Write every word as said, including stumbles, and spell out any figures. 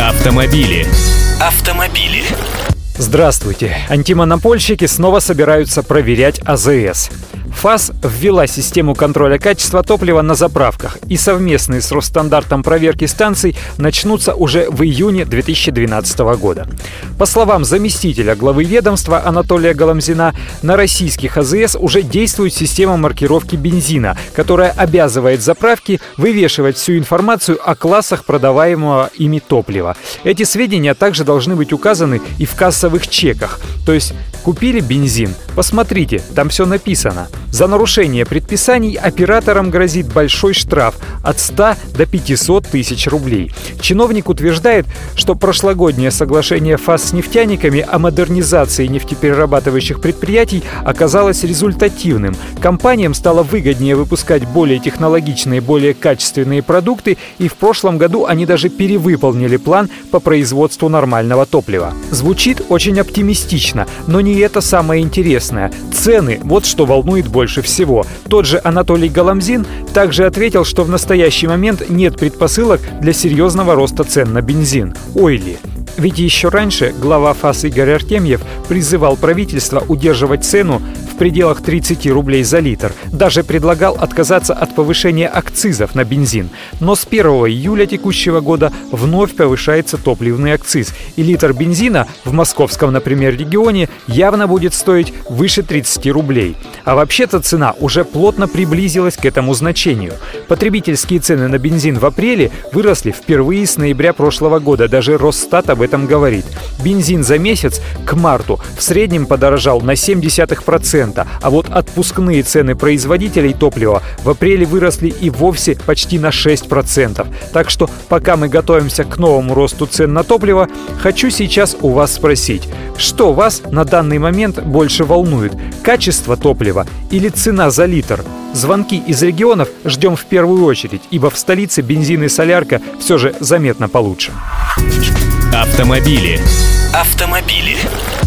Автомобили. Автомобили. Здравствуйте! Антимонопольщики снова собираются проверять А Зэ Эс. ФАС ввела систему контроля качества топлива на заправках, и совместные с Росстандартом проверки станций начнутся уже в июне две тысячи двенадцатого года. По словам заместителя главы ведомства Анатолия Галамзина, на российских А Зэ Эс уже действует система маркировки бензина, которая обязывает заправки вывешивать всю информацию о классах продаваемого ими топлива. Эти сведения также должны быть указаны и в кассовых чеках. То есть купили бензин? Посмотрите, там все написано. За нарушение предписаний операторам грозит большой штраф от ста до пятисот тысяч рублей. Чиновник утверждает, что прошлогоднее соглашение ФАС с нефтяниками о модернизации нефтеперерабатывающих предприятий оказалось результативным. Компаниям стало выгоднее выпускать более технологичные, более качественные продукты, и в прошлом году они даже перевыполнили план по производству нормального топлива. Звучит очень оптимистично, но не это самое интересное. Цены – вот что волнует больше всего. Тот же Анатолий Галамзин также ответил, что в настоящий момент нет предпосылок для серьезного роста цен на бензин. Ой ли! Ведь еще раньше глава ФАС Игорь Артемьев призывал правительство удерживать цену в пределах тридцати рублей за литр. Даже предлагал отказаться от повышения акцизов на бензин. Но с первого июля текущего года вновь повышается топливный акциз. И литр бензина в московском, например, регионе явно будет стоить выше тридцати рублей. А вообще-то цена уже плотно приблизилась к этому значению. Потребительские цены на бензин в апреле выросли впервые с ноября прошлого года. Даже Росстат об этом говорит. Бензин за месяц к марту в среднем подорожал на семь десятых процента, а вот отпускные цены производителей топлива в апреле выросли и вовсе почти на шесть процентов. Так что пока мы готовимся к новому росту цен на топливо, хочу сейчас у вас спросить, что вас на данный момент больше волнует – качество топлива или цена за литр? Звонки из регионов ждем в первую очередь, ибо в столице бензин и солярка все же заметно получше. Автомобили. Автомобили.